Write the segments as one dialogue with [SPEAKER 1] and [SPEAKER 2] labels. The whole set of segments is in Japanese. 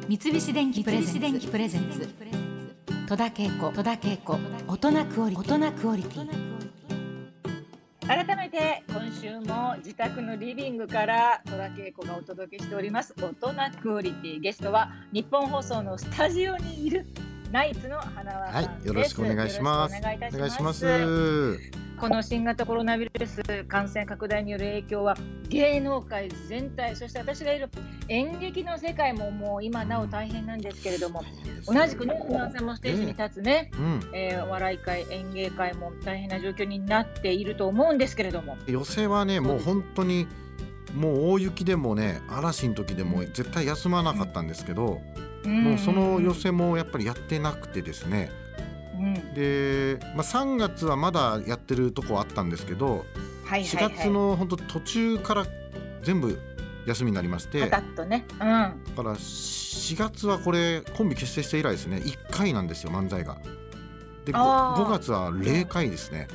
[SPEAKER 1] 三菱電機プレゼンツ戸田恵子大人クオリティ。
[SPEAKER 2] 改めて今週も自宅のリビングから戸田恵子がお届けしております大人クオリティ。ゲストは日本放送のスタジオにいるナイツの花輪さんです。
[SPEAKER 3] よろしくお願いします。
[SPEAKER 2] よろしくお願いいたします。
[SPEAKER 3] お願いします。
[SPEAKER 2] この新型コロナウイルス感染拡大による影響は芸能界全体、そして私がいる演劇の世界ももう今なお大変なんですけれども、同じくね、花輪さんもステージに立つね、お笑い界演芸界も大変な状況になっていると思うんですけれども、
[SPEAKER 3] 寄席はね、もう本当にもう大雪でもね、嵐の時でも絶対休まなかったんですけど、もうその寄席もやっぱりやってなくてですね、で、3月はまだやってるとこあったんですけど、4月の本当途中から全部休みになりまして、
[SPEAKER 2] パタッとね、
[SPEAKER 3] だから4月はこれコンビ結成して以来ですね、1回なんですよ、漫才が。で 5月は0回ですね。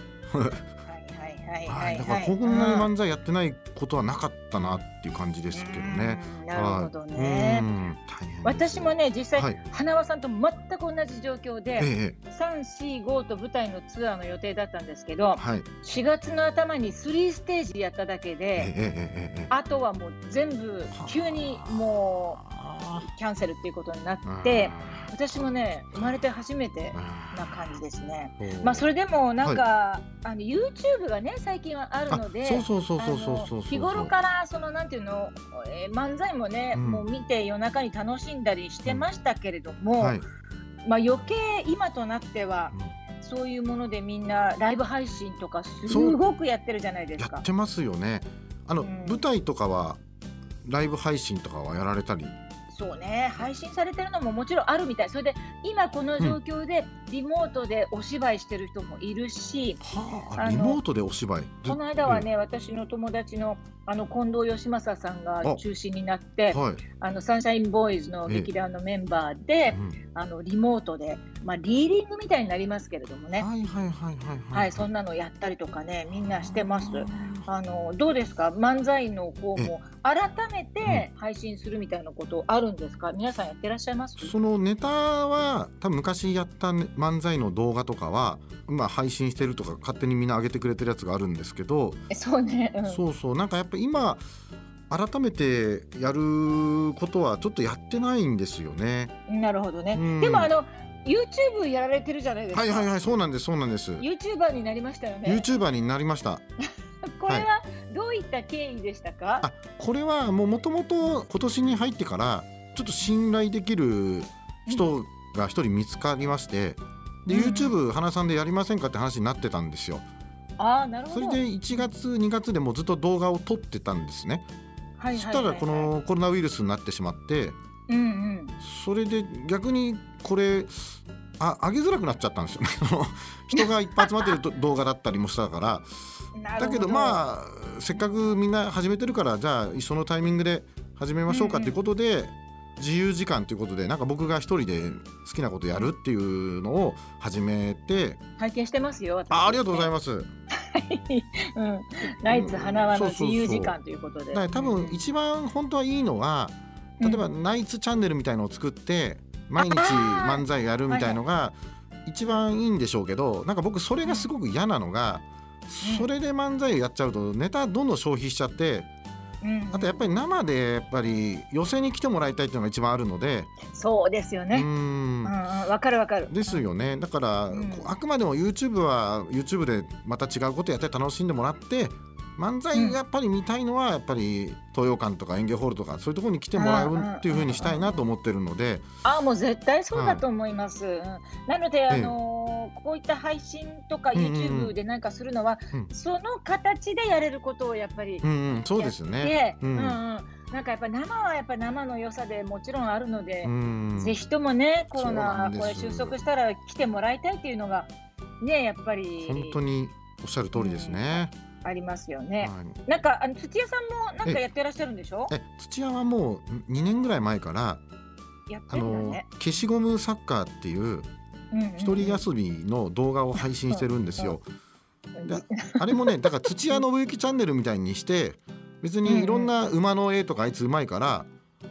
[SPEAKER 3] だからこんなに漫才やってないことはなかったなっていう感じですけどね。
[SPEAKER 2] なるほどね。私もね、実際、花輪さんと全く同じ状況で、3、4、5と舞台のツアーの予定だったんですけど、4月の頭に3ステージやっただけで、あとはもう全部急にもうキャンセルっていうことになって、私もね、生まれて初めてな感じですね。それでもなんか、YouTube がね最近はあるので、日頃からそのなんていうの、漫才もね、もう見て夜中に楽しんだりしてましたけれども、余計今となっては、そういうものでみんなライブ配信とかすごくやってるじゃないですか。
[SPEAKER 3] やってますよね。舞台とかはライブ配信とかはやられたり？
[SPEAKER 2] そうね、配信されてるのももちろんあるみたい。それで今この状況でリモートでお芝居してる人もいるし、
[SPEAKER 3] リモートでお芝居。
[SPEAKER 2] この間はね、私の友達の近藤義正さんが中心になって、サンシャインボーイズの劇団のメンバーで、リモートで、リーディングみたいになりますけれどもね、そんなのやったりとかね、みんなしてます。どうですか、漫才の方も改めて配信するみたいなことあるんですか？皆さんやってらっしゃいます？
[SPEAKER 3] そのネタは多分昔やった漫才の動画とかは今配信してるとか勝手にみんな上げてくれてるやつがあるんですけど、
[SPEAKER 2] そうね、
[SPEAKER 3] なんかやっぱ今改めてやることはちょっとやってないんですよね。
[SPEAKER 2] なるほどね。でもYouTube やられてるじゃないですか。
[SPEAKER 3] そうなんです。
[SPEAKER 2] YouTuber になりましたよね。
[SPEAKER 3] YouTuber になりました。
[SPEAKER 2] これはどういった経緯でしたか？
[SPEAKER 3] これはもともと今年に入ってからちょっと信頼できる人が一人見つかりまして、で YouTube 花さんでやりませんかって話になってたんですよ。
[SPEAKER 2] なるほど。
[SPEAKER 3] それで1月2月でもずっと動画を撮ってたんですね。そしたらこのコロナウイルスになってしまって、それで逆にこれ上げづらくなっちゃったんですよね。人がいっぱい集まってる動画だったりもしたから。だけどせっかくみんな始めてるから、じゃあ一緒のタイミングで始めましょうかっていうことで、自由時間ということで、なんか僕が一人で好きなことやるっていうのを始めて、
[SPEAKER 2] 拝見してますよ。
[SPEAKER 3] ありがとうございます。
[SPEAKER 2] ナイツ花輪の自由時間ということで、
[SPEAKER 3] 多分一番本当はいいのは、例えばナイツチャンネルみたいのを作って毎日漫才やるみたいのが一番いいんでしょうけど、なんか僕それがすごく嫌なのが、それで漫才をやっちゃうとネタどんどん消費しちゃって、あとやっぱり生でやっぱり寄席に来てもらいたいっていうのが一番あるので。
[SPEAKER 2] そうですよね。わかる
[SPEAKER 3] ですよね。だから、あくまでも YouTube は YouTube でまた違うことやって楽しんでもらって、漫才やっぱり見たいのはやっぱり東洋館とか演芸ホールとかそういうところに来てもらうっていう風にしたいなと思ってるので、
[SPEAKER 2] もう絶対そうだと思います。なのでこういった配信とか YouTube でなんかするのは、その形でやれることをやっぱり
[SPEAKER 3] そうですね。
[SPEAKER 2] なんかやっぱ生はやっぱ生の良さでもちろんあるので、ぜひともね、コロナこれ収束したら来てもらいたいっていうのがね、やっぱり
[SPEAKER 3] 本当におっしゃる通りですね。
[SPEAKER 2] ありますよね。なんか土屋さんもなんかやってらっしゃるんでしょ？
[SPEAKER 3] 土屋はもう2年ぐらい前から
[SPEAKER 2] やってるんだね。
[SPEAKER 3] 消しゴムサッカーっていう一人遊びの動画を配信してるんですよ。あれもね、だから土屋信之チャンネルみたいにして、別にいろんな馬の絵とかあいつうまいから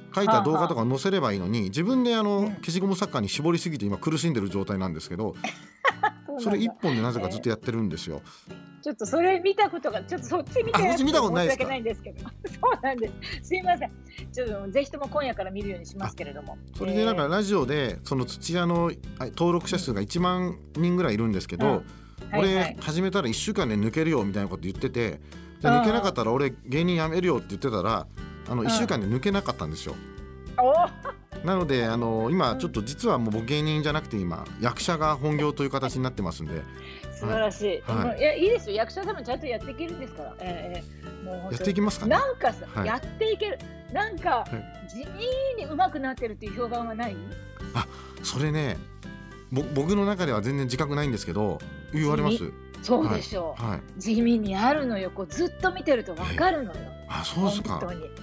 [SPEAKER 3] 書いた動画とか載せればいいのに、自分で消しゴムサッカーに絞りすぎて今苦しんでる状態なんですけどそれ一本でなぜかずっとやってるんですよ。
[SPEAKER 2] ちょっとそれ見たことが、ちょっとそっち見て
[SPEAKER 3] 見たことないですか？
[SPEAKER 2] 申し訳ないんですけどそうなんです、すいません。ちょっとぜひとも今夜から見るようにしますけれども、
[SPEAKER 3] それでなんかラジオでその土屋の登録者数が1万人ぐらいいるんですけど、俺始めたら1週間で抜けるよみたいなこと言ってて、で抜けなかったら俺芸人辞めるよって言ってたら1週間で抜けなかったんですよ。なので今ちょっと実はもう僕芸人じゃなくて今役者が本業という形になってますんで。
[SPEAKER 2] 素晴らしい。いや、いいですよ。役者でもちゃんとやっていけるんですから。
[SPEAKER 3] もうやっていきますかね。
[SPEAKER 2] なんかさ、やっていける。なんか地味に上手くなってるっていう評判はない？
[SPEAKER 3] それね、僕の中では全然自覚ないんですけど言われます。
[SPEAKER 2] そうでしょう。地味にあるのよ。こうずっと見てるとわかるのよ。
[SPEAKER 3] そうですか。
[SPEAKER 2] 本当に。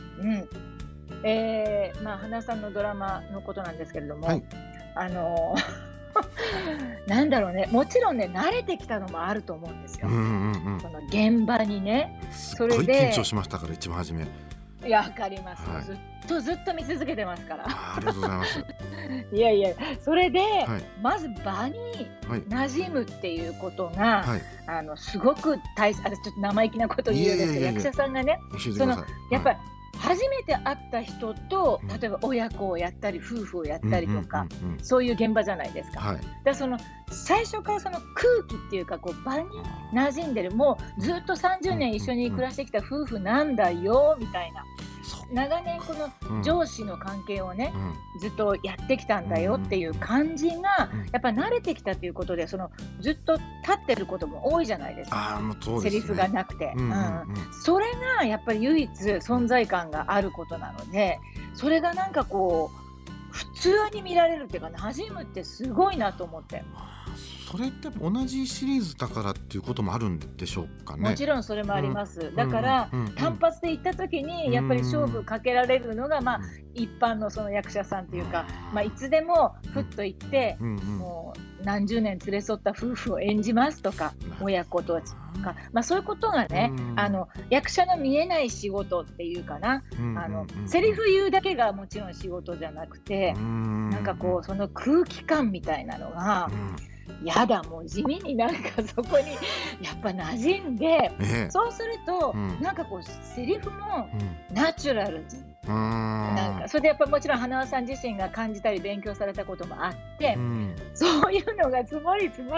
[SPEAKER 2] 花さんのドラマのことなんですけれども、なんだろうね、もちろんね慣れてきたのもあると思うんですよ。その現場にね。
[SPEAKER 3] すごい緊張しましたから一番初め。
[SPEAKER 2] いや、わかります。ずっと見続けてますから。
[SPEAKER 3] ありがとうございます。
[SPEAKER 2] いやいや、それで、まず場に馴染むっていうことが、すごく大切。ちょっと生意気なこと言うんですけど、役者さんがね、やっぱり初めて会った人と、例えば親子をやったり夫婦をやったりとか、そういう現場じゃないですか。だからその最初からその空気っていうか、こう場に馴染んでる、もうずっと30年一緒に暮らしてきた夫婦なんだよみたいな、長年この上司の関係をね、ずっとやってきたんだよっていう感じがやっぱ慣れてきたということで、そのずっと立ってることも多いじゃないですか。セリフがなくて、それがやっぱり唯一存在感があることなので、それがなんかこう普通に見られるっていうか、馴染むってすごいなと思って。
[SPEAKER 3] それって同じシリーズだからっていうこともあるんでしょうかね。
[SPEAKER 2] もちろんそれもあります。だから単発で行った時にやっぱり勝負かけられるのが、一般のその役者さんっていうか、いつでもふっと行って、もう何十年連れ添った夫婦を演じますとか、親子とか、そういうことがね、役者の見えない仕事っていうかな、セリフ言うだけがもちろん仕事じゃなくて、なんかこうその空気感みたいなのが、やだ、もう地味になんかそこにやっぱ馴染んで、そうすると、なんかこうセリフもナチュラルに、なんかそれでやっぱもちろん花輪さん自身が感じたり勉強されたこともあって、そういうのが積もり積もって、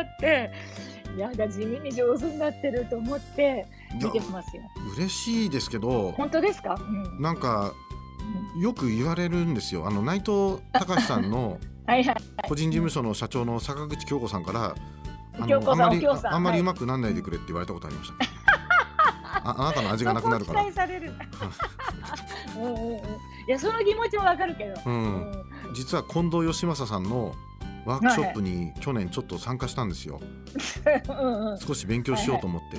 [SPEAKER 2] やだ、地味に上手になってると思って見てますよ。
[SPEAKER 3] 嬉しいですけど。
[SPEAKER 2] 本当ですか？
[SPEAKER 3] なんかよく言われるんですよ。内藤隆さんの個人事務所の社長の坂口京子さんからあんまりうまくなんないでくれって言われたことありました。あなたの味がなくなるから。
[SPEAKER 2] 期待される。いや、その気持ちもわかるけど、
[SPEAKER 3] 実は近藤義正さんのワークショップに去年ちょっと参加したんですよ。少し勉強しようと思って、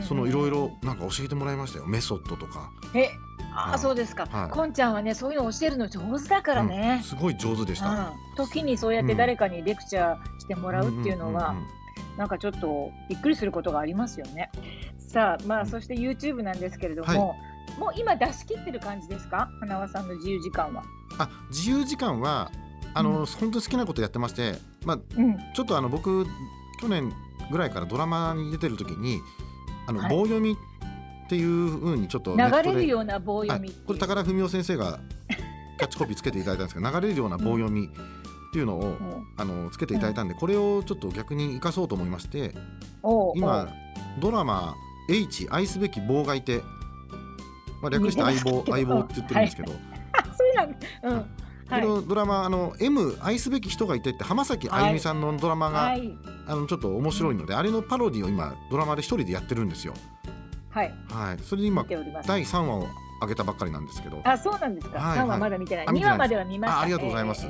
[SPEAKER 3] そのいろいろなんか教えてもらいましたよ。メソッドとか。
[SPEAKER 2] そうですか。こんちゃんはね、そういうの教えるの上手だからね。
[SPEAKER 3] すごい上手でした。
[SPEAKER 2] 時にそうやって誰かにレクチャーしてもらうっていうのは、なんかちょっとびっくりすることがありますよね。さあ、そして YouTube なんですけれども、もう今出し切ってる感じですか？花輪さんの自由時間は。
[SPEAKER 3] 自由時間は本当に好きなことやってまして、ちょっと僕去年ぐらいからドラマに出てる時に棒読みっていう風にちょっと
[SPEAKER 2] 流れるような棒読み、
[SPEAKER 3] これ高田文夫先生がキャッチコピーつけていただいたんですけど、流れるような棒読みっていうのをつけていただいたんで、これをちょっと逆に生かそうと思いまして、今ドラマ H 愛すべき棒がいて、略して相棒って言ってるんですけど、
[SPEAKER 2] そうなん
[SPEAKER 3] このドラマM 愛すべき人がいてって浜崎あゆみさんのドラマがちょっと面白いので、あれのパロディを今ドラマで一人でやってるんですよ。それで今第3話を上げたばっかりなんですけど。
[SPEAKER 2] そうなんですか。3話まだ見てない。2話までは見ました。
[SPEAKER 3] ありがとうございます。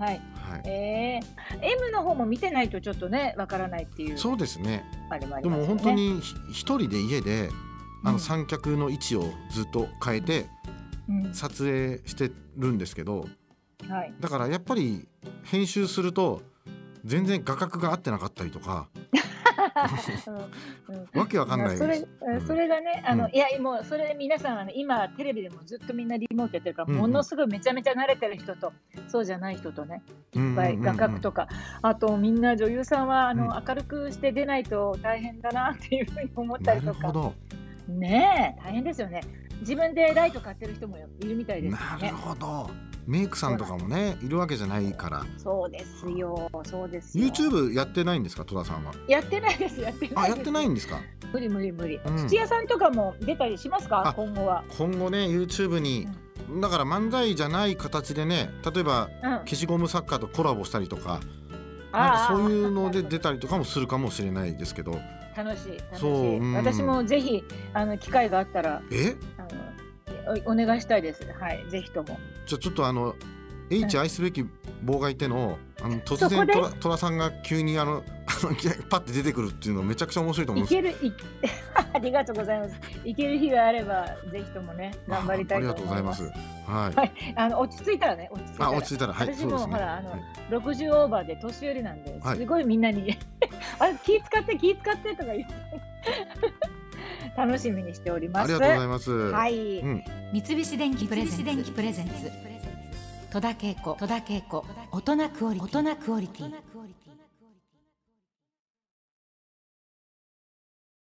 [SPEAKER 2] M の方も見てないとちょっとね、わからないっていう。
[SPEAKER 3] そうですね。でも本当に一人で家で三脚の位置をずっと変えて撮影してるんですけど、だからやっぱり編集すると全然画角が合ってなかったりとかわけわかんない。
[SPEAKER 2] それがね、いやもうそれ皆さん今テレビでもずっとみんなリモートやってるから、ものすごいめちゃめちゃ慣れてる人とそうじゃない人とね、いっぱい画角とか、あとみんな女優さんは明るくして出ないと大変だなっていうふうに思ったりとか。ねえ、大変ですよね。自分でライト買ってる人もいるみたいですね。
[SPEAKER 3] なるほど。メイクさんとかもねいるわけじゃないから。
[SPEAKER 2] そうですよ、そうですよ。
[SPEAKER 3] YouTube やってないんですか、戸田さんは。
[SPEAKER 2] やってないです。やってない
[SPEAKER 3] んですか。
[SPEAKER 2] 無理。土屋さんとかも出たりしますか、今後は。
[SPEAKER 3] 今後ね YouTube に、だから漫才じゃない形でね、例えば、消しゴム作家とコラボしたりとか、なんかそういうので出たりとかもするかもしれないですけど。
[SPEAKER 2] 楽しい。私もぜひ機会があったらお願いしたいです。はい、ぜひとも。
[SPEAKER 3] じゃあちょっとH 愛すべき妨害っての突然戸田さんが急にパッて出てくるっていうのめちゃくちゃ面白いと思うんです。
[SPEAKER 2] ありがとうございます。行ける日があればぜひともね頑張りたいと思います。ありがとうございます。はい。落ち着いたらね。
[SPEAKER 3] 落ち着いたら。
[SPEAKER 2] 私もほら60オーバーで年寄りなんで、すごいみんなに気使ってとか言って楽しみにしております。
[SPEAKER 3] ありがとうございます。
[SPEAKER 2] はい。
[SPEAKER 1] 三菱電機プレゼンツ戸田恵子大人クオリティ。